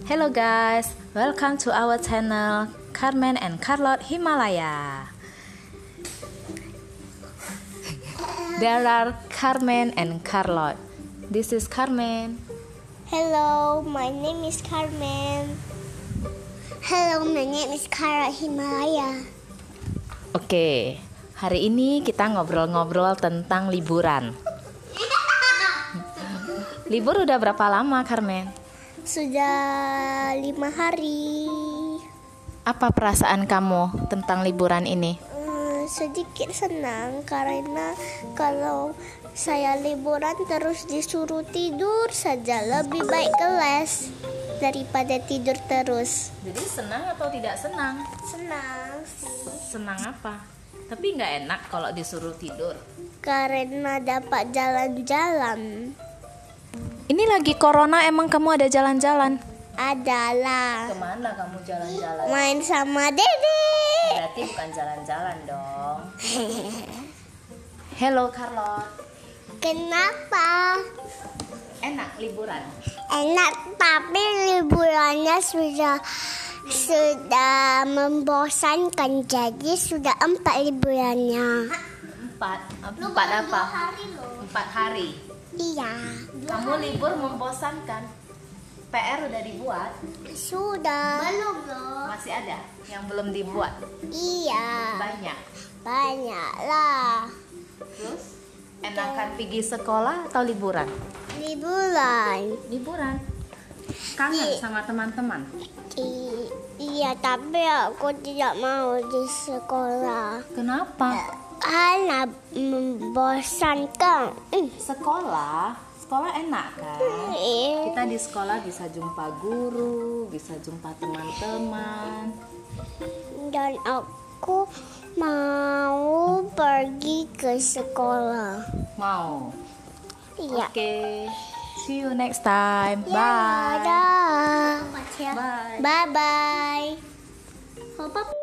Hello guys, welcome to our channel Carmen and Carlot Himalaya. There are Carmen and Carlot. This is Carmen. Hello, my name is Carmen. Hello, my name is Carlot Himalaya. Oke, hari ini kita ngobrol-ngobrol tentang liburan. Libur udah berapa lama, Carmen? Sudah 5 hari. Apa perasaan kamu tentang liburan ini? Sedikit senang karena kalau saya liburan terus disuruh tidur saja, lebih baik kelas daripada tidur terus. Jadi senang atau tidak senang? Senang sih. Senang apa? Tapi nggak enak kalau disuruh tidur. Karena dapat jalan-jalan. Ini lagi corona, emang kamu ada jalan-jalan? Adalah Kemana kamu jalan-jalan? main sama Dede. Berarti bukan jalan-jalan dong. Hello Carlot. Kenapa? Enak liburan? Enak, tapi liburannya sudah membosankan. Jadi sudah 4 liburannya. 4 apa? 4 hari. Iya. Kamu libur membosankan. PR udah dibuat? Sudah. Belum loh. Masih ada yang belum dibuat? Iya. Banyak lah. Terus enakan pergi sekolah atau liburan? Liburan. Kangen sama teman-teman? Iya, tapi aku tidak mau di sekolah. Kenapa? Karena membosankan. Sekolah enak kan? Kita di sekolah bisa jumpa guru, bisa jumpa teman-teman. Dan aku mau pergi ke sekolah. Mau? Iya. Oke. See you next time. Ya, Bye. dah. Bye. Bye bye.